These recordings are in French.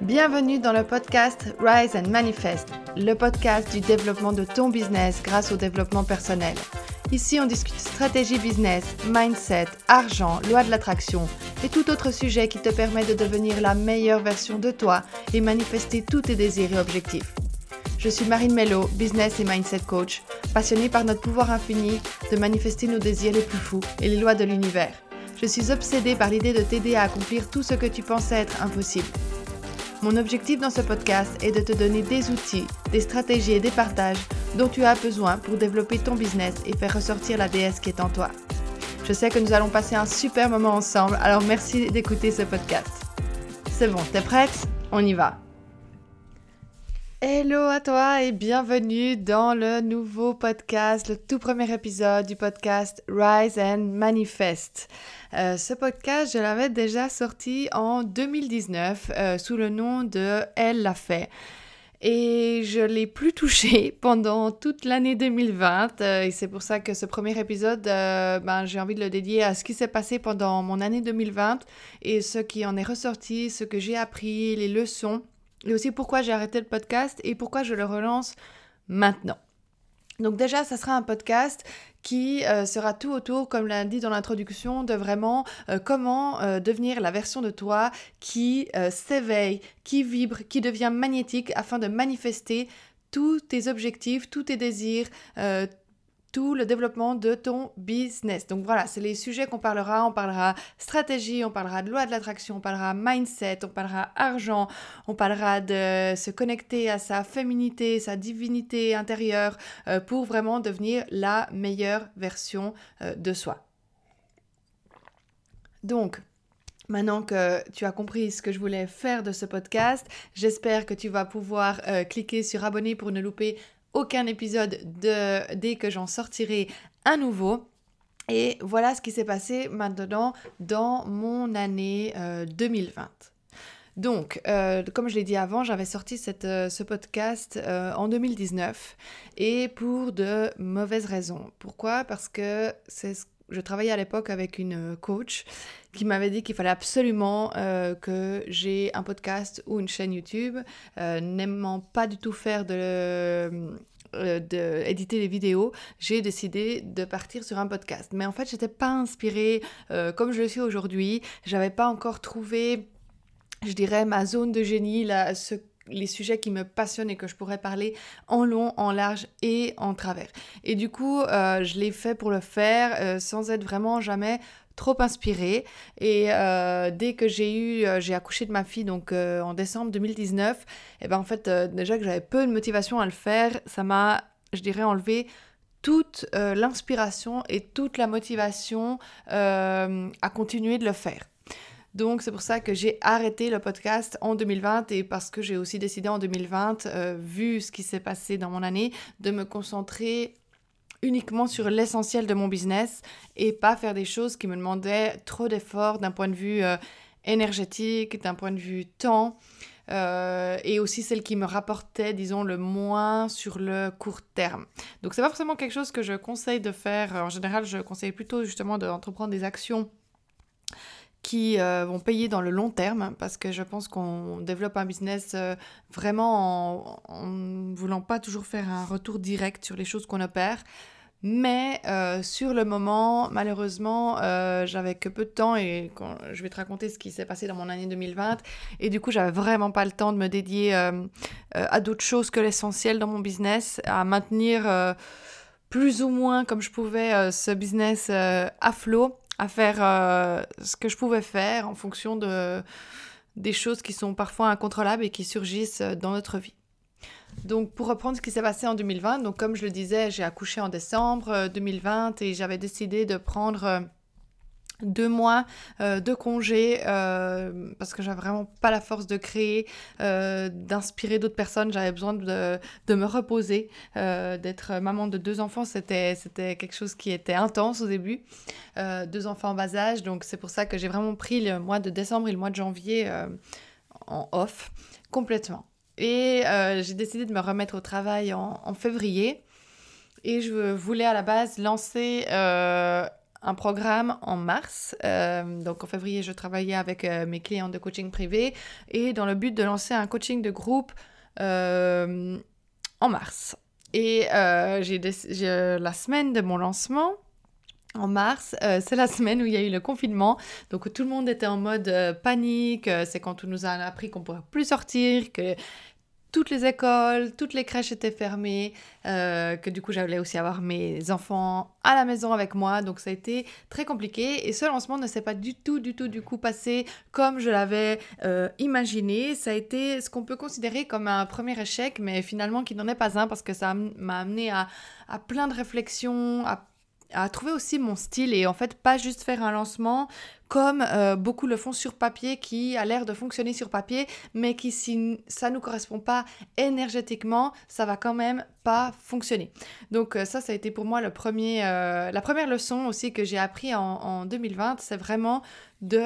Bienvenue dans le podcast Rise and Manifest, le podcast du développement de ton business grâce au développement personnel. Ici, on discute stratégie business, mindset, argent, loi de l'attraction et tout autre sujet qui te permet de devenir la meilleure version de toi et manifester tous tes désirs et objectifs. Je suis Marine Mello, business et mindset coach, passionnée par notre pouvoir infini de manifester nos désirs les plus fous et les lois de l'univers. Je suis obsédée par l'idée de t'aider à accomplir tout ce que tu pensais être impossible. Mon objectif dans ce podcast est de te donner des outils, des stratégies et des partages dont tu as besoin pour développer ton business et faire ressortir la déesse qui est en toi. Je sais que nous allons passer un super moment ensemble, alors merci d'écouter ce podcast. C'est bon, t'es prête ? On y va. Hello à toi et bienvenue dans le nouveau podcast, le tout premier épisode du podcast Rise and Manifest. Ce podcast, je l'avais déjà sorti en 2019 sous le nom de Elle l'a fait. Et je ne l'ai plus touché pendant toute l'année 2020 et c'est pour ça que ce premier épisode, j'ai envie de le dédier à ce qui s'est passé pendant mon année 2020 et ce qui en est ressorti, ce que j'ai appris, les leçons. Et aussi pourquoi j'ai arrêté le podcast et pourquoi je le relance maintenant. Donc déjà, ça sera un podcast qui sera tout autour, comme l'a dit dans l'introduction, de vraiment comment devenir la version de toi qui s'éveille, qui vibre, qui devient magnétique afin de manifester tous tes objectifs, tous tes désirs, tout le développement de ton business. Donc voilà, c'est les sujets qu'on parlera. On parlera stratégie, on parlera de loi de l'attraction, on parlera mindset, on parlera argent, on parlera de se connecter à sa féminité, sa divinité intérieure pour vraiment devenir la meilleure version de soi. Donc, maintenant que tu as compris ce que je voulais faire de ce podcast, j'espère que tu vas pouvoir cliquer sur abonner pour ne louper aucun épisode dès que j'en sortirai un nouveau. Et voilà ce qui s'est passé maintenant dans mon année 2020. Donc, comme je l'ai dit avant, j'avais sorti ce podcast en 2019 et pour de mauvaises raisons. Pourquoi ? Parce que je travaillais à l'époque avec une coach qui m'avait dit qu'il fallait absolument que j'ai un podcast ou une chaîne YouTube. N'aimant pas du tout faire éditer les vidéos, j'ai décidé de partir sur un podcast. Mais en fait, j'étais pas inspirée comme je le suis aujourd'hui. J'avais pas encore trouvé, je dirais, ma zone de génie, les sujets qui me passionnent et que je pourrais parler en long, en large et en travers. Et du coup, je l'ai fait pour le faire sans être vraiment jamais trop inspirée. Et dès que j'ai accouché de ma fille, donc en décembre 2019, et ben en fait, déjà que j'avais peu de motivation à le faire, ça m'a, je dirais, enlevé toute l'inspiration et toute la motivation à continuer de le faire. Donc, c'est pour ça que j'ai arrêté le podcast en 2020 et parce que j'ai aussi décidé en 2020, vu ce qui s'est passé dans mon année, de me concentrer uniquement sur l'essentiel de mon business et pas faire des choses qui me demandaient trop d'efforts d'un point de vue énergétique, d'un point de vue temps et aussi celles qui me rapportaient, disons, le moins sur le court terme. Donc, c'est pas forcément quelque chose que je conseille de faire. En général, je conseille plutôt justement d'entreprendre des actions qui vont payer dans le long terme parce que je pense qu'on développe un business vraiment en ne voulant pas toujours faire un retour direct sur les choses qu'on opère. Mais sur le moment, malheureusement, j'avais que peu de temps et je vais te raconter ce qui s'est passé dans mon année 2020 et du coup, j'avais vraiment pas le temps de me dédier à d'autres choses que l'essentiel dans mon business, à maintenir plus ou moins comme je pouvais ce business à flot, à faire ce que je pouvais faire en fonction des choses qui sont parfois incontrôlables et qui surgissent dans notre vie. Donc, pour reprendre ce qui s'est passé en 2020, donc comme je le disais, j'ai accouché en décembre 2020 et j'avais décidé de prendre 2 mois de congé parce que j'avais vraiment pas la force de créer, d'inspirer d'autres personnes. J'avais besoin de me reposer, d'être maman de 2 enfants. C'était quelque chose qui était intense au début. 2 enfants en bas âge, donc c'est pour ça que j'ai vraiment pris le mois de décembre et le mois de janvier en off complètement. Et j'ai décidé de me remettre au travail en février. Et je voulais à la base lancer un programme en mars. Donc en février, je travaillais avec mes clients de coaching privé et dans le but de lancer un coaching de groupe en mars. Et la semaine de mon lancement, en mars, c'est la semaine où il y a eu le confinement, donc tout le monde était en mode panique, c'est quand on nous a appris qu'on ne pourrait plus sortir, que toutes les écoles, toutes les crèches étaient fermées, que du coup j'allais aussi avoir mes enfants à la maison avec moi, donc ça a été très compliqué et ce lancement ne s'est pas du tout du coup passé comme je l'avais imaginé. Ça a été ce qu'on peut considérer comme un premier échec, mais finalement qui n'en est pas un parce que ça m'a amené à plein de réflexions, à trouver aussi mon style et en fait pas juste faire un lancement comme beaucoup le font sur papier qui a l'air de fonctionner sur papier mais qui si ça ne nous correspond pas énergétiquement ça va quand même pas fonctionner. Donc ça a été pour moi la première leçon aussi que j'ai appris en 2020, c'est vraiment de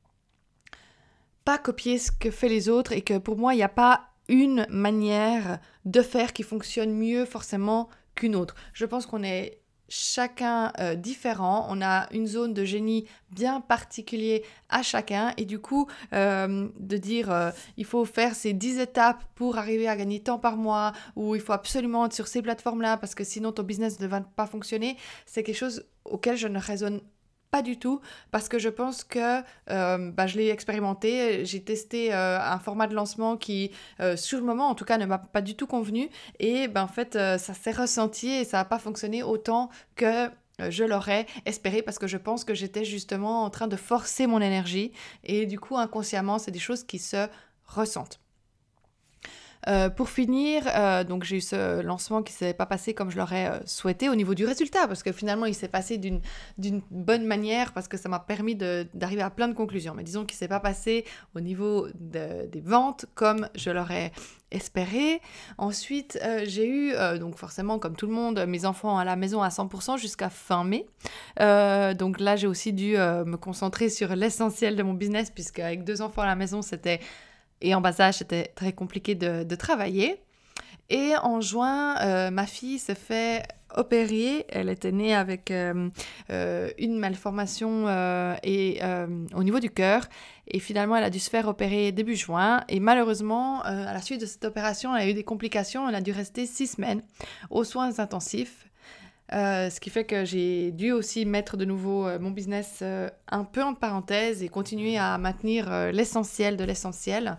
pas copier ce que fait les autres et que pour moi il n'y a pas une manière de faire qui fonctionne mieux forcément qu'une autre. Je pense qu'on est chacun différent, on a une zone de génie bien particulière à chacun et du coup de dire il faut faire ces 10 étapes pour arriver à gagner tant par mois ou il faut absolument être sur ces plateformes-là parce que sinon ton business ne va pas fonctionner, c'est quelque chose auquel je ne raisonne pas du tout, parce que je pense que je l'ai expérimenté, j'ai testé un format de lancement qui, sur le moment en tout cas, ne m'a pas du tout convenu et en fait ça s'est ressenti et ça n'a pas fonctionné autant que je l'aurais espéré parce que je pense que j'étais justement en train de forcer mon énergie et du coup inconsciemment c'est des choses qui se ressentent. Pour finir, donc j'ai eu ce lancement qui ne s'est pas passé comme je l'aurais souhaité au niveau du résultat, parce que finalement il s'est passé d'une bonne manière, parce que ça m'a permis d'arriver à plein de conclusions. Mais disons qu'il ne s'est pas passé au niveau des ventes comme je l'aurais espéré. Ensuite, j'ai eu, donc forcément comme tout le monde, mes enfants à la maison à 100% jusqu'à fin mai. Donc là, j'ai aussi dû me concentrer sur l'essentiel de mon business, puisque avec 2 enfants à la maison, et en bas âge, c'était très compliqué de travailler. Et en juin, ma fille s'est fait opérer. Elle était née avec une malformation au niveau du cœur. Et finalement, elle a dû se faire opérer début juin. Et malheureusement, à la suite de cette opération, elle a eu des complications. Elle a dû rester 6 semaines aux soins intensifs. Ce qui fait que j'ai dû aussi mettre de nouveau mon business un peu en parenthèse et continuer à maintenir l'essentiel de l'essentiel.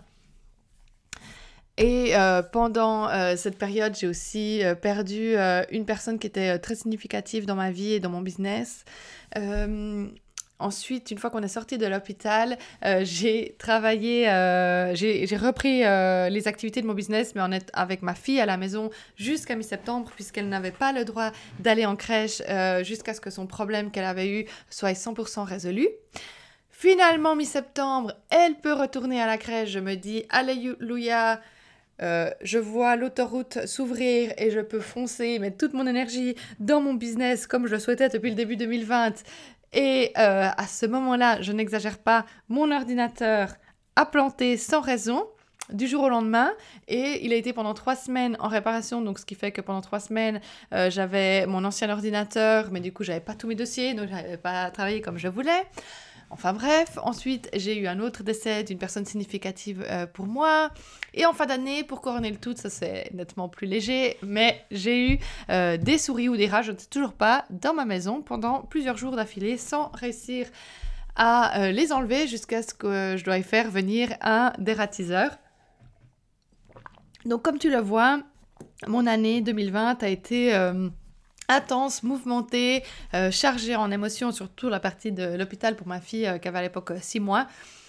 Et pendant cette période, j'ai aussi perdu une personne qui était très significative dans ma vie et dans mon business. Ensuite, une fois qu'on est sorti de l'hôpital, j'ai travaillé, j'ai repris les activités de mon business, mais avec ma fille à la maison jusqu'à mi-septembre, puisqu'elle n'avait pas le droit d'aller en crèche jusqu'à ce que son problème qu'elle avait eu soit 100% résolu. Finalement, mi-septembre, elle peut retourner à la crèche. Je me dis, alléluia, je vois l'autoroute s'ouvrir et je peux foncer, mettre toute mon énergie dans mon business comme je le souhaitais depuis le début 2020. Et à ce moment-là, je n'exagère pas, mon ordinateur a planté sans raison du jour au lendemain et il a été pendant 3 semaines en réparation, donc ce qui fait que pendant 3 semaines, j'avais mon ancien ordinateur, mais du coup, j'avais pas tous mes dossiers, donc j'avais pas travaillé comme je voulais. Enfin bref, ensuite j'ai eu un autre décès d'une personne significative pour moi. Et en fin d'année, pour couronner le tout, ça c'est nettement plus léger, mais j'ai eu des souris ou des rats, je ne sais toujours pas, dans ma maison pendant plusieurs jours d'affilée sans réussir à les enlever jusqu'à ce que je doive faire venir un dératiseur. Donc comme tu le vois, mon année 2020 a été intense, mouvementée, chargée en émotions, surtout la partie de l'hôpital pour ma fille qui avait à l'époque 6 mois.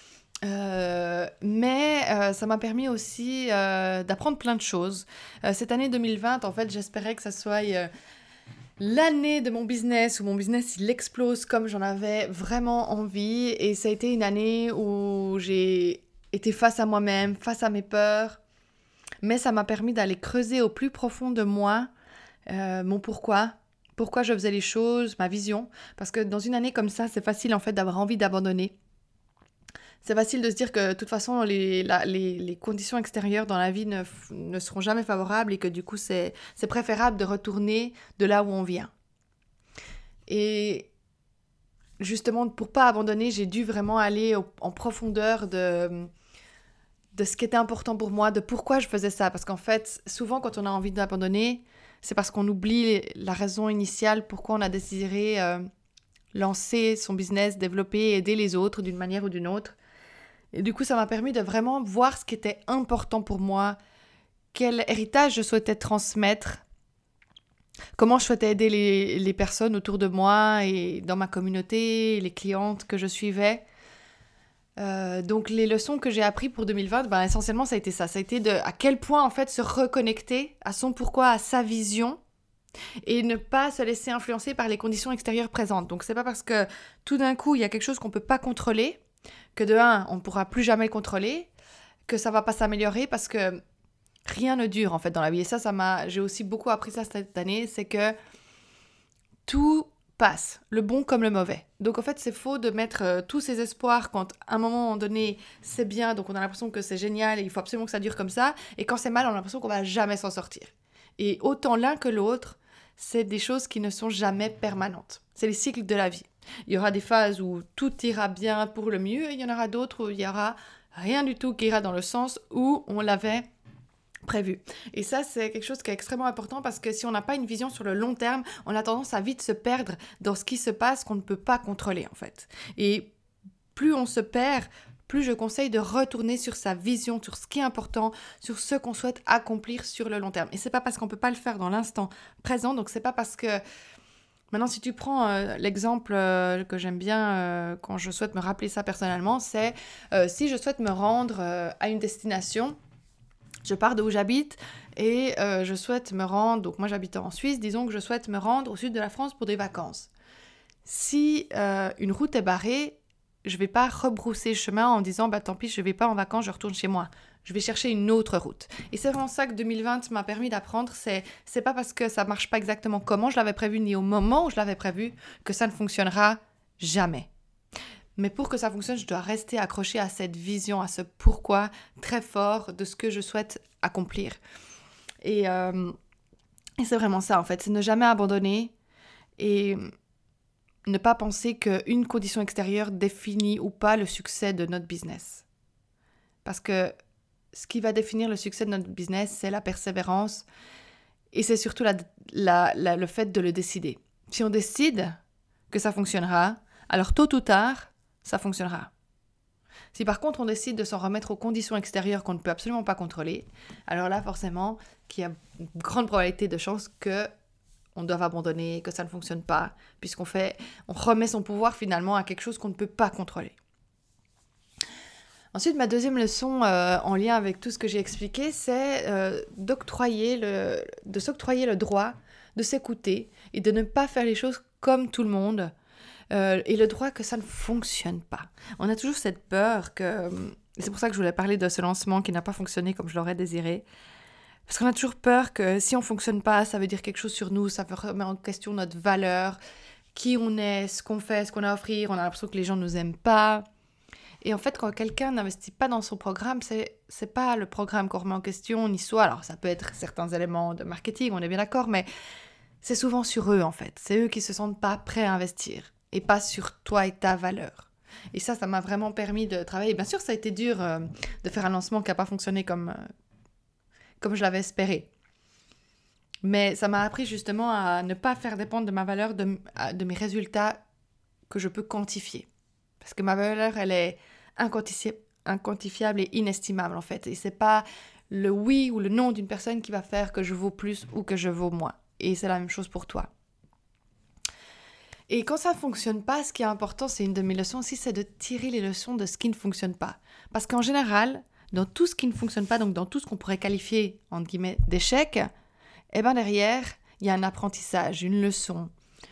Mais ça m'a permis aussi d'apprendre plein de choses. Cette année 2020, en fait, j'espérais que ça soit l'année de mon business, où mon business il explose comme j'en avais vraiment envie. Et ça a été une année où j'ai été face à moi-même, face à mes peurs. Mais ça m'a permis d'aller creuser au plus profond de moi mon pourquoi je faisais les choses, ma vision. Parce que dans une année comme ça, c'est facile en fait d'avoir envie d'abandonner. C'est facile de se dire que de toute façon, les conditions extérieures dans la vie ne seront jamais favorables et que du coup, c'est préférable de retourner de là où on vient. Et justement, pour pas abandonner, j'ai dû vraiment aller en profondeur de ce qui était important pour moi, de pourquoi je faisais ça. Parce qu'en fait, souvent, quand on a envie d'abandonner, c'est parce qu'on oublie la raison initiale, pourquoi on a désiré lancer son business, développer, aider les autres d'une manière ou d'une autre. Et du coup, ça m'a permis de vraiment voir ce qui était important pour moi, quel héritage je souhaitais transmettre, comment je souhaitais aider les personnes autour de moi et dans ma communauté, les clientes que je suivais. Donc les leçons que j'ai apprises pour 2020, essentiellement ça a été ça. Ça a été à quel point en fait se reconnecter à son pourquoi, à sa vision et ne pas se laisser influencer par les conditions extérieures présentes. Donc c'est pas parce que tout d'un coup il y a quelque chose qu'on peut pas contrôler que de un, on ne pourra plus jamais le contrôler, que ça va pas s'améliorer parce que rien ne dure en fait dans la vie. Et j'ai aussi beaucoup appris ça cette année, c'est que tout passe, le bon comme le mauvais. Donc en fait, c'est faux de mettre tous ses espoirs quand à un moment donné, c'est bien, donc on a l'impression que c'est génial et il faut absolument que ça dure comme ça, et quand c'est mal, on a l'impression qu'on va jamais s'en sortir. Et autant l'un que l'autre, c'est des choses qui ne sont jamais permanentes. C'est les cycles de la vie. Il y aura des phases où tout ira bien pour le mieux, et il y en aura d'autres où il y aura rien du tout qui ira dans le sens où on l'avait prévu. Et ça, c'est quelque chose qui est extrêmement important parce que si on n'a pas une vision sur le long terme, on a tendance à vite se perdre dans ce qui se passe qu'on ne peut pas contrôler en fait. Et plus on se perd, plus je conseille de retourner sur sa vision, sur ce qui est important, sur ce qu'on souhaite accomplir sur le long terme. Et c'est pas parce qu'on peut pas le faire dans l'instant présent, donc c'est pas parce que... Maintenant, si tu prends l'exemple que j'aime bien quand je souhaite me rappeler ça personnellement, c'est si je souhaite me rendre à une destination. Je pars d'où j'habite et je souhaite me rendre, donc moi j'habite en Suisse, disons que je souhaite me rendre au sud de la France pour des vacances. Si une route est barrée, je ne vais pas rebrousser chemin en disant tant pis, je ne vais pas en vacances, je retourne chez moi. Je vais chercher une autre route. Et c'est vraiment ça que 2020 m'a permis d'apprendre, c'est pas parce que ça ne marche pas exactement comment je l'avais prévu ni au moment où je l'avais prévu que ça ne fonctionnera jamais. Mais pour que ça fonctionne, je dois rester accrochée à cette vision, à ce pourquoi très fort de ce que je souhaite accomplir. Et c'est vraiment ça, en fait. C'est ne jamais abandonner et ne pas penser qu'une condition extérieure définit ou pas le succès de notre business. Parce que ce qui va définir le succès de notre business, c'est la persévérance et c'est surtout le fait de le décider. Si on décide que ça fonctionnera, alors tôt ou tard, ça fonctionnera. Si par contre on décide de s'en remettre aux conditions extérieures qu'on ne peut absolument pas contrôler, alors là forcément qu'il y a une grande probabilité de chance qu'on doive abandonner, que ça ne fonctionne pas, puisqu'on remet son pouvoir finalement à quelque chose qu'on ne peut pas contrôler. Ensuite, ma deuxième leçon en lien avec tout ce que j'ai expliqué, c'est de s'octroyer le droit de s'écouter et de ne pas faire les choses comme tout le monde. Et le droit que ça ne fonctionne pas. On a toujours cette peur que... C'est pour ça que je voulais parler de ce lancement qui n'a pas fonctionné comme je l'aurais désiré. Parce qu'on a toujours peur que si on ne fonctionne pas, ça veut dire quelque chose sur nous, ça remet en question notre valeur, qui on est, ce qu'on fait, ce qu'on a à offrir, on a l'impression que les gens ne nous aiment pas. Et en fait, quand quelqu'un n'investit pas dans son programme, c'est pas le programme qu'on remet en question, ni soit... Alors, ça peut être certains éléments de marketing, on est bien d'accord, mais c'est souvent sur eux, en fait. C'est eux qui ne se sentent pas prêts à investir. Et pas sur toi et ta valeur. Et ça m'a vraiment permis de travailler. Bien sûr, ça a été dur de faire un lancement qui n'a pas fonctionné comme je l'avais espéré. Mais ça m'a appris justement à ne pas faire dépendre de ma valeur de mes résultats que je peux quantifier. Parce que ma valeur, elle est inquantifiable et inestimable en fait. Et c'est pas le oui ou le non d'une personne qui va faire que je vaux plus ou que je vaux moins. Et c'est la même chose pour toi. Et quand ça ne fonctionne pas, ce qui est important, c'est une de mes leçons aussi, c'est de tirer les leçons de ce qui ne fonctionne pas. Parce qu'en général, dans tout ce qui ne fonctionne pas, donc dans tout ce qu'on pourrait qualifier, entre guillemets, d'échec, derrière, il y a un apprentissage, une leçon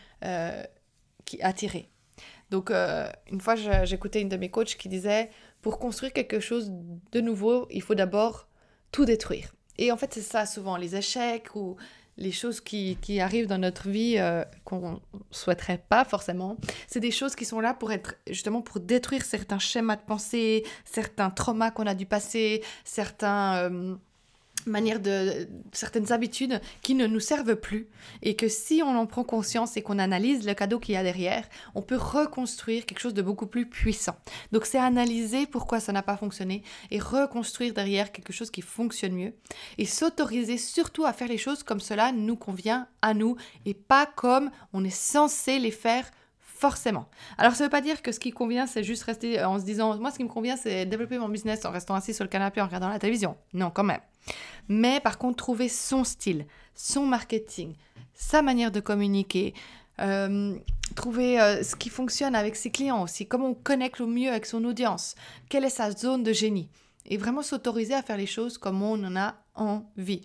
qui a tiré. Donc, une fois, j'écoutais une de mes coachs qui disait, pour construire quelque chose de nouveau, il faut d'abord tout détruire. Et en fait, c'est ça souvent, les échecs ou les choses qui arrivent dans notre vie qu'on ne souhaiterait pas forcément, c'est des choses qui sont là pour être justement pour détruire certains schémas de pensée, certains traumas qu'on a dû passer, certains certaines habitudes qui ne nous servent plus et que si on en prend conscience et qu'on analyse le cadeau qu'il y a derrière, on peut reconstruire quelque chose de beaucoup plus puissant. Donc c'est analyser pourquoi ça n'a pas fonctionné et reconstruire derrière quelque chose qui fonctionne mieux et s'autoriser surtout à faire les choses comme cela nous convient à nous et pas comme on est censé les faire forcément. Alors, ça ne veut pas dire que ce qui convient, c'est juste rester en se disant « Moi, ce qui me convient, c'est développer mon business en restant assis sur le canapé en regardant la télévision. » Non, quand même. Mais par contre, trouver son style, son marketing, sa manière de communiquer, trouver ce qui fonctionne avec ses clients aussi, comment on connecte au mieux avec son audience, quelle est sa zone de génie. Et vraiment s'autoriser à faire les choses comme on en a envie.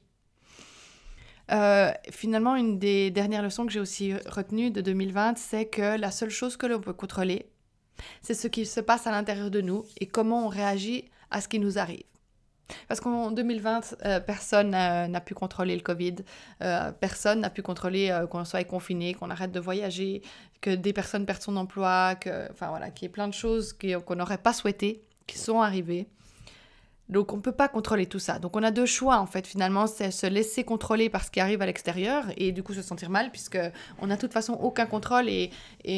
Finalement, une des dernières leçons que j'ai aussi retenues de 2020, c'est que la seule chose que l'on peut contrôler, c'est ce qui se passe à l'intérieur de nous et comment on réagit à ce qui nous arrive. Parce qu'en 2020, personne n'a pu contrôler le Covid, personne n'a pu contrôler qu'on soit confiné, qu'on arrête de voyager, que des personnes perdent son emploi, qu'il y ait plein de choses qu'on n'aurait pas souhaitées, qui sont arrivées. Donc, on ne peut pas contrôler tout ça. Donc, on a deux choix, en fait, finalement. C'est se laisser contrôler par ce qui arrive à l'extérieur et du coup se sentir mal puisqu'on n'a de toute façon aucun contrôle et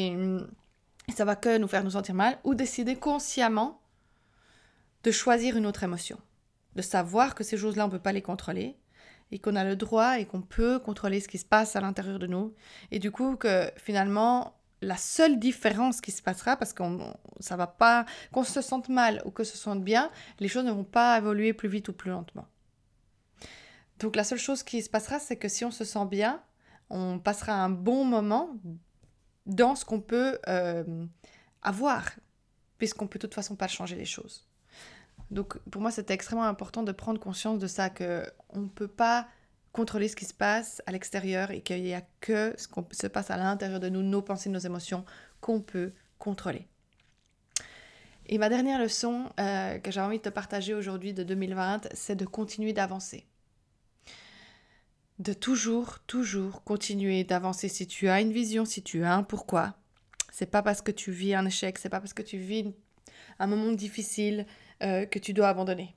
ça va que nous faire nous sentir mal. Ou décider consciemment de choisir une autre émotion. De savoir que ces choses-là, on ne peut pas les contrôler et qu'on a le droit et qu'on peut contrôler ce qui se passe à l'intérieur de nous. Et du coup, que finalement, la seule différence qui se passera, parce ça va pas, qu'on se sente mal ou que se sente bien, les choses ne vont pas évoluer plus vite ou plus lentement. Donc la seule chose qui se passera, c'est que si on se sent bien, on passera un bon moment dans ce qu'on peut avoir, puisqu'on peut de toute façon pas changer les choses. Donc pour moi, c'était extrêmement important de prendre conscience de ça, qu'on ne peut pas contrôler ce qui se passe à l'extérieur et qu'il n'y a que ce qui se passe à l'intérieur de nous, nos pensées, nos émotions, qu'on peut contrôler. Et ma dernière leçon que j'ai envie de te partager aujourd'hui de 2020, c'est de continuer d'avancer. De toujours continuer d'avancer. Si tu as une vision, si tu as un pourquoi, c'est pas parce que tu vis un échec, c'est pas parce que tu vis un moment difficile que tu dois abandonner.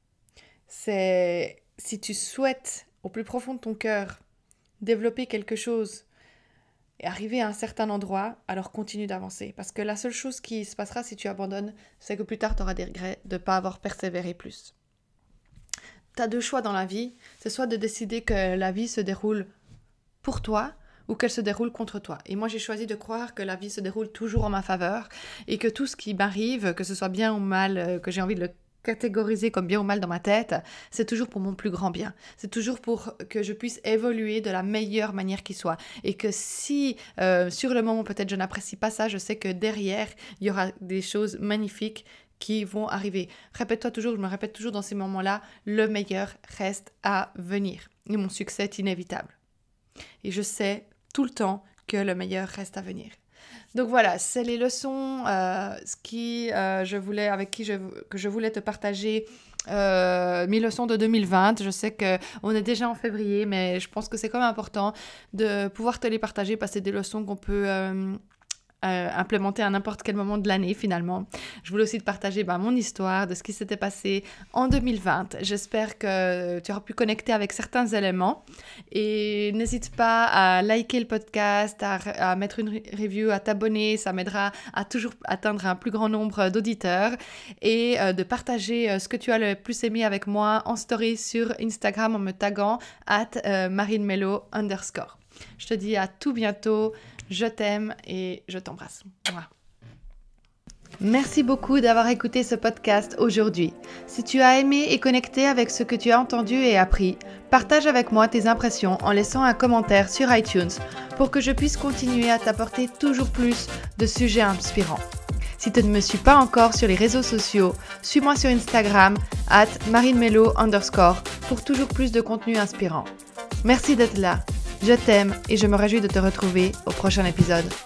C'est si tu souhaites au plus profond de ton cœur développer quelque chose et arriver à un certain endroit, alors continue d'avancer. Parce que la seule chose qui se passera si tu abandonnes, c'est que plus tard, tu auras des regrets de ne pas avoir persévéré plus. Tu as deux choix dans la vie. C'est soit de décider que la vie se déroule pour toi ou qu'elle se déroule contre toi. Et moi, j'ai choisi de croire que la vie se déroule toujours en ma faveur et que tout ce qui m'arrive, que ce soit bien ou mal, que j'ai envie de le catégoriser comme bien ou mal dans ma tête, c'est toujours pour mon plus grand bien. C'est toujours pour que je puisse évoluer de la meilleure manière qui soit. Et que si, sur le moment, peut-être je n'apprécie pas ça, je sais que derrière, il y aura des choses magnifiques qui vont arriver. Répète-toi toujours, je me répète toujours dans ces moments-là, le meilleur reste à venir. Et mon succès est inévitable. Et je sais tout le temps que le meilleur reste à venir. Donc voilà, c'est les leçons que je voulais te partager, mes leçons de 2020. Je sais qu'on est déjà en février, mais je pense que c'est quand même important de pouvoir te les partager parce que c'est des leçons qu'on peut implémenter à n'importe quel moment de l'année finalement. Je voulais aussi te partager mon histoire de ce qui s'était passé en 2020. J'espère que tu auras pu connecter avec certains éléments et n'hésite pas à liker le podcast, à mettre une review, à t'abonner, ça m'aidera à toujours atteindre un plus grand nombre d'auditeurs et de partager ce que tu as le plus aimé avec moi en story sur Instagram en me taguant @marinemelo_. Je te dis à tout bientôt. Je t'aime et je t'embrasse. Mouah. Merci beaucoup d'avoir écouté ce podcast aujourd'hui. Si tu as aimé et connecté avec ce que tu as entendu et appris, partage avec moi tes impressions en laissant un commentaire sur iTunes pour que je puisse continuer à t'apporter toujours plus de sujets inspirants. Si tu ne me suis pas encore sur les réseaux sociaux, suis-moi sur Instagram @marinemelo_ pour toujours plus de contenu inspirant. Merci d'être là. Je t'aime et je me réjouis de te retrouver au prochain épisode.